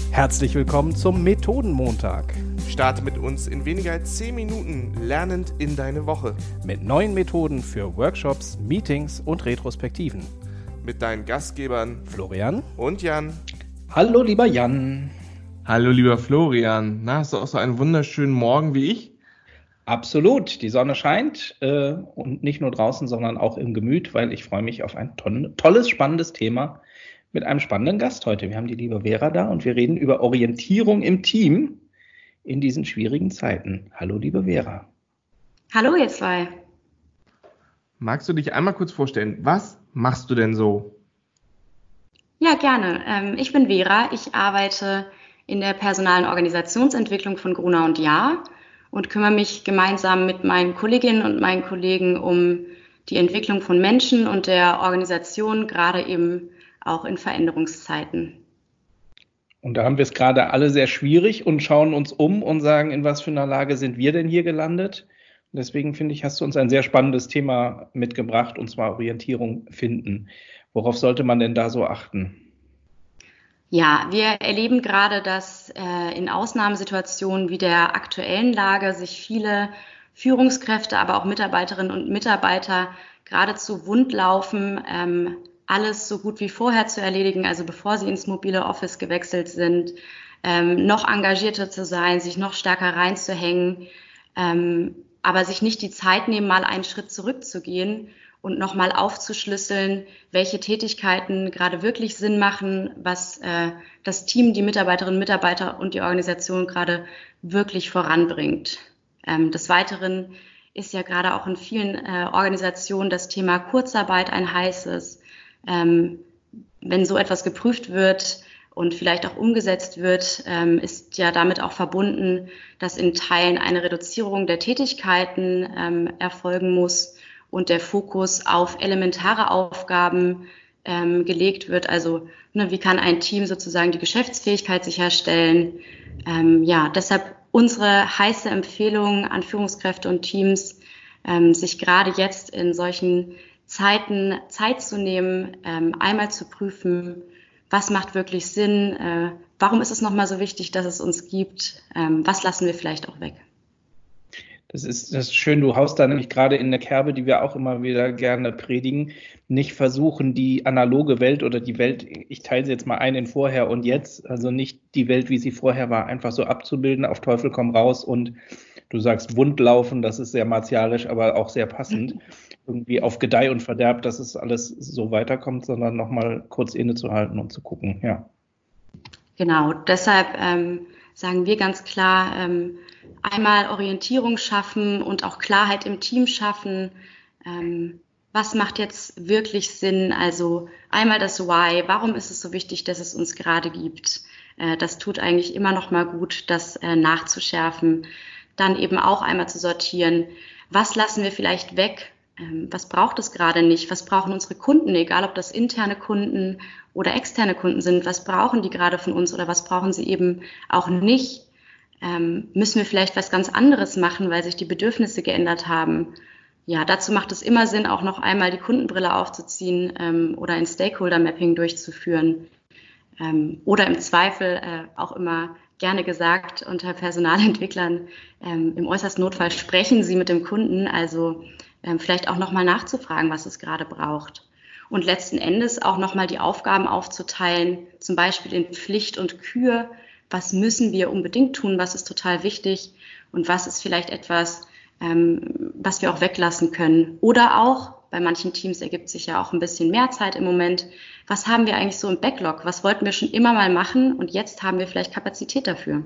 Herzlich willkommen zum Methodenmontag. Starte mit uns in weniger als 10 Minuten lernend in deine Woche. Mit neuen Methoden für Workshops, Meetings und Retrospektiven. Mit deinen Gastgebern Florian und Jan. Hallo lieber Jan. Hallo lieber Florian. Na, hast du auch so einen wunderschönen Morgen wie ich? Absolut, die Sonne scheint und nicht nur draußen, sondern auch im Gemüt, weil ich freue mich auf ein tolles, spannendes Thema mit einem spannenden Gast heute. Wir haben die liebe Vera da und wir reden über Orientierung im Team in diesen schwierigen Zeiten. Hallo liebe Vera. Hallo ihr zwei. Magst du dich einmal kurz vorstellen, was machst du denn so? Ja, gerne. Ich bin Vera, ich arbeite in der personalen Organisationsentwicklung von Gruner + Jahr und kümmere mich gemeinsam mit meinen Kolleginnen und meinen Kollegen um die Entwicklung von Menschen und der Organisation, gerade eben auch in Veränderungszeiten. Und da haben wir es gerade alle sehr schwierig und schauen uns um und sagen, in was für einer Lage sind wir denn hier gelandet? Und deswegen finde ich, hast du uns ein sehr spannendes Thema mitgebracht, und zwar Orientierung finden. Worauf sollte man denn da so achten? Ja, wir erleben gerade, dass in Ausnahmesituationen wie der aktuellen Lage sich viele Führungskräfte, aber auch Mitarbeiterinnen und Mitarbeiter geradezu wund laufen, alles so gut wie vorher zu erledigen, also bevor sie ins mobile Office gewechselt sind, noch engagierter zu sein, sich noch stärker reinzuhängen, aber sich nicht die Zeit nehmen, mal einen Schritt zurückzugehen und nochmal aufzuschlüsseln, welche Tätigkeiten gerade wirklich Sinn machen, was das Team, die Mitarbeiterinnen und Mitarbeiter und die Organisation gerade wirklich voranbringt. Des Weiteren ist ja gerade auch in vielen Organisationen das Thema Kurzarbeit ein heißes. Wenn so etwas geprüft wird und vielleicht auch umgesetzt wird, ist ja damit auch verbunden, dass in Teilen eine Reduzierung der Tätigkeiten erfolgen muss und der Fokus auf elementare Aufgaben gelegt wird. Also wie kann ein Team sozusagen die Geschäftsfähigkeit sicherstellen? Deshalb unsere heiße Empfehlung an Führungskräfte und Teams, sich gerade jetzt in solchen Zeiten Zeit zu nehmen, einmal zu prüfen, was macht wirklich Sinn, warum ist es nochmal so wichtig, dass es uns gibt, was lassen wir vielleicht auch weg. Das ist schön, du haust da nämlich gerade in eine Kerbe, die wir auch immer wieder gerne predigen, nicht versuchen, die analoge Welt oder die Welt, ich teile sie jetzt mal ein in vorher und jetzt, also nicht die Welt, wie sie vorher war, einfach so abzubilden, auf Teufel komm raus und du sagst wundlaufen, das ist sehr martialisch, aber auch sehr passend, irgendwie auf Gedeih und Verderb, dass es alles so weiterkommt, sondern nochmal kurz innezuhalten und zu gucken, ja. Genau, deshalb sagen wir ganz klar, einmal Orientierung schaffen und auch Klarheit im Team schaffen. Was macht jetzt wirklich Sinn? Also einmal das Why. Warum ist es so wichtig, dass es uns gerade gibt? Das tut eigentlich immer noch mal gut, das nachzuschärfen. Dann eben auch einmal zu sortieren. Was lassen wir vielleicht weg? Was braucht es gerade nicht? Was brauchen unsere Kunden? Egal, ob das interne Kunden oder externe Kunden sind. Was brauchen die gerade von uns oder was brauchen sie eben auch nicht? Müssen wir vielleicht was ganz anderes machen, weil sich die Bedürfnisse geändert haben? Ja, dazu macht es immer Sinn, auch noch einmal die Kundenbrille aufzuziehen oder ein Stakeholder-Mapping durchzuführen. Oder im Zweifel auch immer gerne gesagt unter Personalentwicklern, im äußersten Notfall sprechen Sie mit dem Kunden, also vielleicht auch nochmal nachzufragen, was es gerade braucht. Und letzten Endes auch nochmal die Aufgaben aufzuteilen, zum Beispiel in Pflicht und Kür. Was müssen wir unbedingt tun, was ist total wichtig und was ist vielleicht etwas, was wir auch weglassen können. Oder auch, bei manchen Teams ergibt sich ja auch ein bisschen mehr Zeit im Moment. Was haben wir eigentlich so im Backlog? Was wollten wir schon immer mal machen und jetzt haben wir vielleicht Kapazität dafür?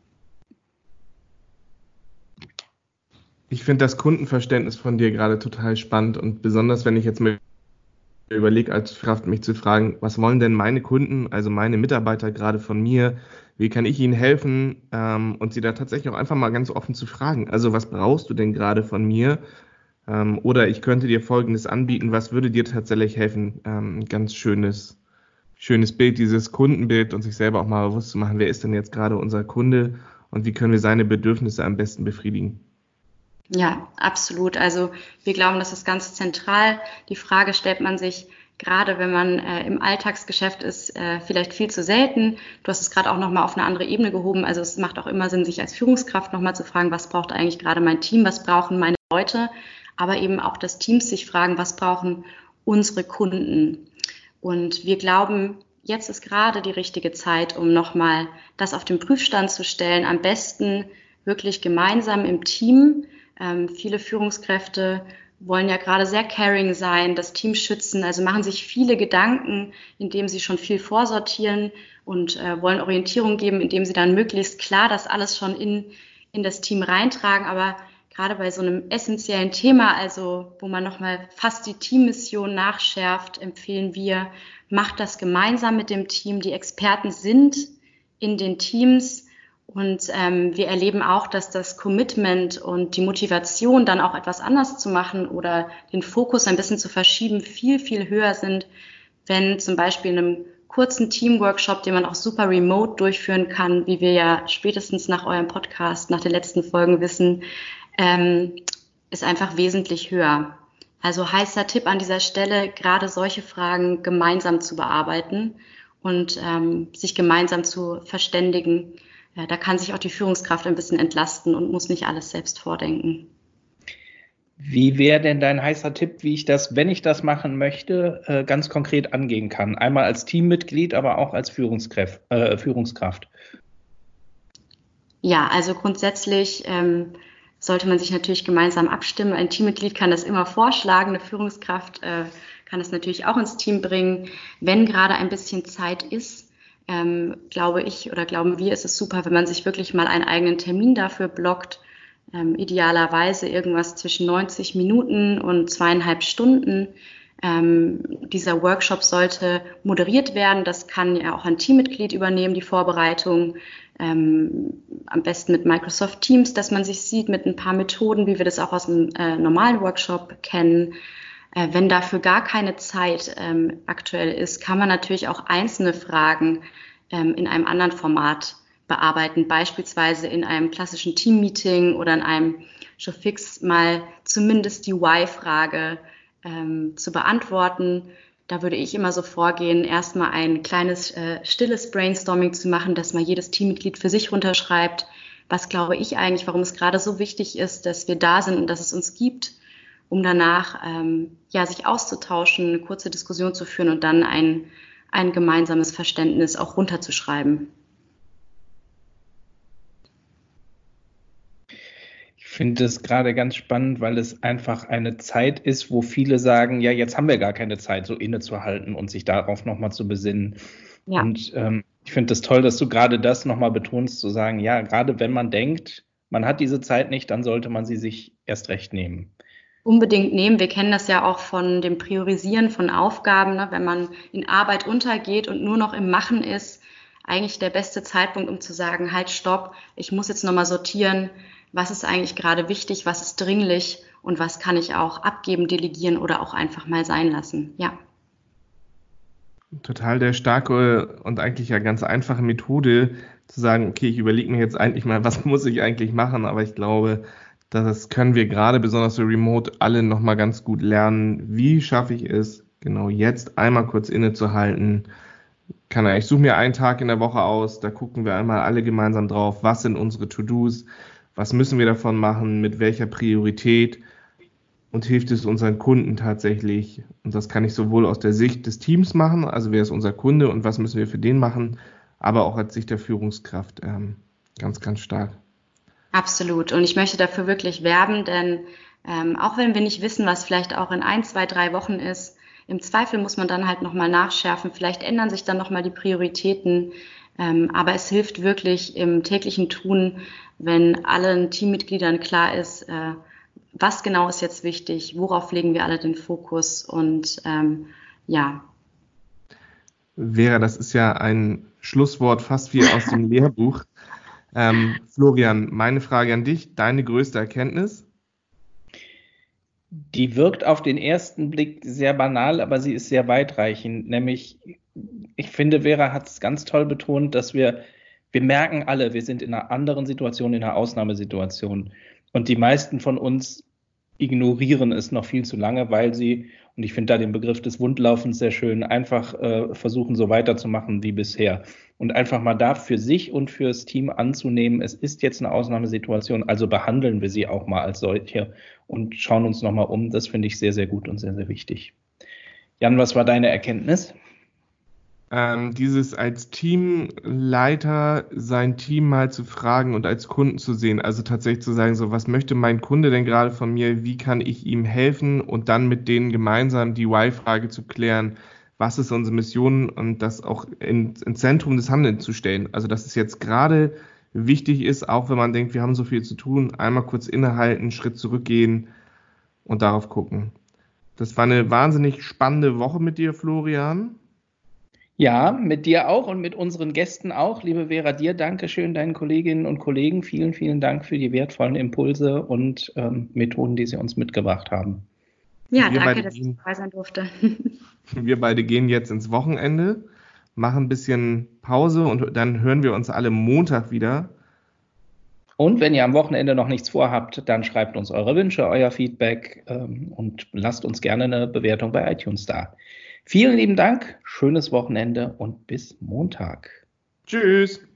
Ich finde das Kundenverständnis von dir gerade total spannend und besonders, wenn ich jetzt mir überlege, als Kraft mich zu fragen, was wollen denn meine Kunden, also meine Mitarbeiter gerade von mir, wie kann ich ihnen helfen und sie da tatsächlich auch einfach mal ganz offen zu fragen. Also was brauchst du denn gerade von mir? Oder ich könnte dir Folgendes anbieten, was würde dir tatsächlich helfen? Ein ganz schönes Bild, dieses Kundenbild und sich selber auch mal bewusst zu machen, wer ist denn jetzt gerade unser Kunde und wie können wir seine Bedürfnisse am besten befriedigen? Ja, absolut. Also wir glauben, das ist ganz zentral. Die Frage stellt man sich gerade wenn man im Alltagsgeschäft ist, vielleicht viel zu selten. Du hast es gerade auch nochmal auf eine andere Ebene gehoben. Also es macht auch immer Sinn, sich als Führungskraft nochmal zu fragen, was braucht eigentlich gerade mein Team, was brauchen meine Leute, aber eben auch das Teams sich fragen, was brauchen unsere Kunden. Und wir glauben, jetzt ist gerade die richtige Zeit, um nochmal das auf den Prüfstand zu stellen. Am besten wirklich gemeinsam im Team. Viele Führungskräfte wollen ja gerade sehr caring sein, das Team schützen, also machen sich viele Gedanken, indem sie schon viel vorsortieren und wollen Orientierung geben, indem sie dann möglichst klar das alles schon in das Team reintragen. Aber gerade bei so einem essentiellen Thema, also wo man nochmal fast die Teammission nachschärft, empfehlen wir, macht das gemeinsam mit dem Team. Die Experten sind in den Teams und wir erleben auch, dass das Commitment und die Motivation, dann auch etwas anders zu machen oder den Fokus ein bisschen zu verschieben, viel, viel höher sind, wenn zum Beispiel in einem kurzen Teamworkshop, den man auch super remote durchführen kann, wie wir ja spätestens nach eurem Podcast, nach den letzten Folgen wissen, ist einfach wesentlich höher. Also heißer Tipp an dieser Stelle, gerade solche Fragen gemeinsam zu bearbeiten und sich gemeinsam zu verständigen. Da kann sich auch die Führungskraft ein bisschen entlasten und muss nicht alles selbst vordenken. Wie wäre denn dein heißer Tipp, wie ich das, wenn ich das machen möchte, ganz konkret angehen kann? Einmal als Teammitglied, aber auch als Führungskraft. Ja, also grundsätzlich sollte man sich natürlich gemeinsam abstimmen. Ein Teammitglied kann das immer vorschlagen, eine Führungskraft kann das natürlich auch ins Team bringen. Wenn gerade ein bisschen Zeit ist, glaube ich oder glauben wir, ist es super, wenn man sich wirklich mal einen eigenen Termin dafür blockt. Idealerweise irgendwas zwischen 90 Minuten und 2,5 Stunden. Dieser Workshop sollte moderiert werden. Das kann ja auch ein Teammitglied übernehmen, die Vorbereitung. Am besten mit Microsoft Teams, dass man sich sieht mit ein paar Methoden, wie wir das auch aus einem normalen Workshop kennen. Wenn dafür gar keine Zeit aktuell ist, kann man natürlich auch einzelne Fragen in einem anderen Format bearbeiten, beispielsweise in einem klassischen Team-Meeting oder in einem Showfix mal zumindest die Why-Frage zu beantworten. Da würde ich immer so vorgehen, erstmal ein kleines stilles Brainstorming zu machen, dass mal jedes Teammitglied für sich runterschreibt, was glaube ich eigentlich, warum es gerade so wichtig ist, dass wir da sind und dass es uns gibt, um danach sich auszutauschen, eine kurze Diskussion zu führen und dann ein gemeinsames Verständnis auch runterzuschreiben. Ich finde es gerade ganz spannend, weil es einfach eine Zeit ist, wo viele sagen, ja, jetzt haben wir gar keine Zeit, so innezuhalten und sich darauf nochmal zu besinnen. Ja. Und ich finde es toll, dass du gerade das nochmal betonst, zu sagen, ja, gerade wenn man denkt, man hat diese Zeit nicht, dann sollte man sie sich erst recht nehmen. Unbedingt nehmen. Wir kennen das ja auch von dem Priorisieren von Aufgaben, ne? Wenn man in Arbeit untergeht und nur noch im Machen ist, eigentlich der beste Zeitpunkt, um zu sagen, halt, stopp, ich muss jetzt nochmal sortieren, was ist eigentlich gerade wichtig, was ist dringlich und was kann ich auch abgeben, delegieren oder auch einfach mal sein lassen. Ja. Total der starke und eigentlich ja ganz einfache Methode, zu sagen, okay, ich überlege mir jetzt eigentlich mal, was muss ich eigentlich machen, aber ich glaube, das können wir gerade besonders so remote alle nochmal ganz gut lernen. Wie schaffe ich es, genau jetzt einmal kurz innezuhalten? Ich suche mir einen Tag in der Woche aus, da gucken wir einmal alle gemeinsam drauf, was sind unsere To-Dos, was müssen wir davon machen, mit welcher Priorität und hilft es unseren Kunden tatsächlich? Und das kann ich sowohl aus der Sicht des Teams machen, also wer ist unser Kunde und was müssen wir für den machen, aber auch als Sicht der Führungskraft ganz, ganz stark. Absolut. Und ich möchte dafür wirklich werben, denn auch wenn wir nicht wissen, was vielleicht auch in 1, 2, 3 Wochen ist, im Zweifel muss man dann halt nochmal nachschärfen. Vielleicht ändern sich dann nochmal die Prioritäten. Aber es hilft wirklich im täglichen Tun, wenn allen Teammitgliedern klar ist, was genau ist jetzt wichtig, worauf legen wir alle den Fokus und Vera, das ist ja ein Schlusswort fast wie aus dem Lehrbuch. Florian, meine Frage an dich, deine größte Erkenntnis? Die wirkt auf den ersten Blick sehr banal, aber sie ist sehr weitreichend. Nämlich, ich finde, Vera hat es ganz toll betont, dass wir merken alle, wir sind in einer anderen Situation, in einer Ausnahmesituation. Und die meisten von uns ignorieren es noch viel zu lange, weil sie, Und ich finde da den Begriff des Wundlaufens sehr schön. Einfach versuchen, so weiterzumachen wie bisher. Und einfach mal da für sich und fürs Team anzunehmen, es ist jetzt eine Ausnahmesituation, also behandeln wir sie auch mal als solche und schauen uns nochmal um. Das finde ich sehr, sehr gut und sehr, sehr wichtig. Jan, was war deine Erkenntnis? Dieses als Teamleiter sein Team mal zu fragen und als Kunden zu sehen, also tatsächlich zu sagen, so was möchte mein Kunde denn gerade von mir, wie kann ich ihm helfen und dann mit denen gemeinsam die Why-Frage zu klären, was ist unsere Mission und das auch ins Zentrum des Handelns zu stellen. Also dass es jetzt gerade wichtig ist, auch wenn man denkt, wir haben so viel zu tun, einmal kurz innehalten, einen Schritt zurückgehen und darauf gucken. Das war eine wahnsinnig spannende Woche mit dir, Florian. Ja, mit dir auch und mit unseren Gästen auch. Liebe Vera, dir Dankeschön, deinen Kolleginnen und Kollegen. Vielen, vielen Dank für die wertvollen Impulse und Methoden, die sie uns mitgebracht haben. Ja, danke, dass ich dabei sein durfte. Wir beide gehen jetzt ins Wochenende, machen ein bisschen Pause und dann hören wir uns alle Montag wieder. Und wenn ihr am Wochenende noch nichts vorhabt, dann schreibt uns eure Wünsche, euer Feedback und lasst uns gerne eine Bewertung bei iTunes da. Vielen lieben Dank, schönes Wochenende und bis Montag. Tschüss.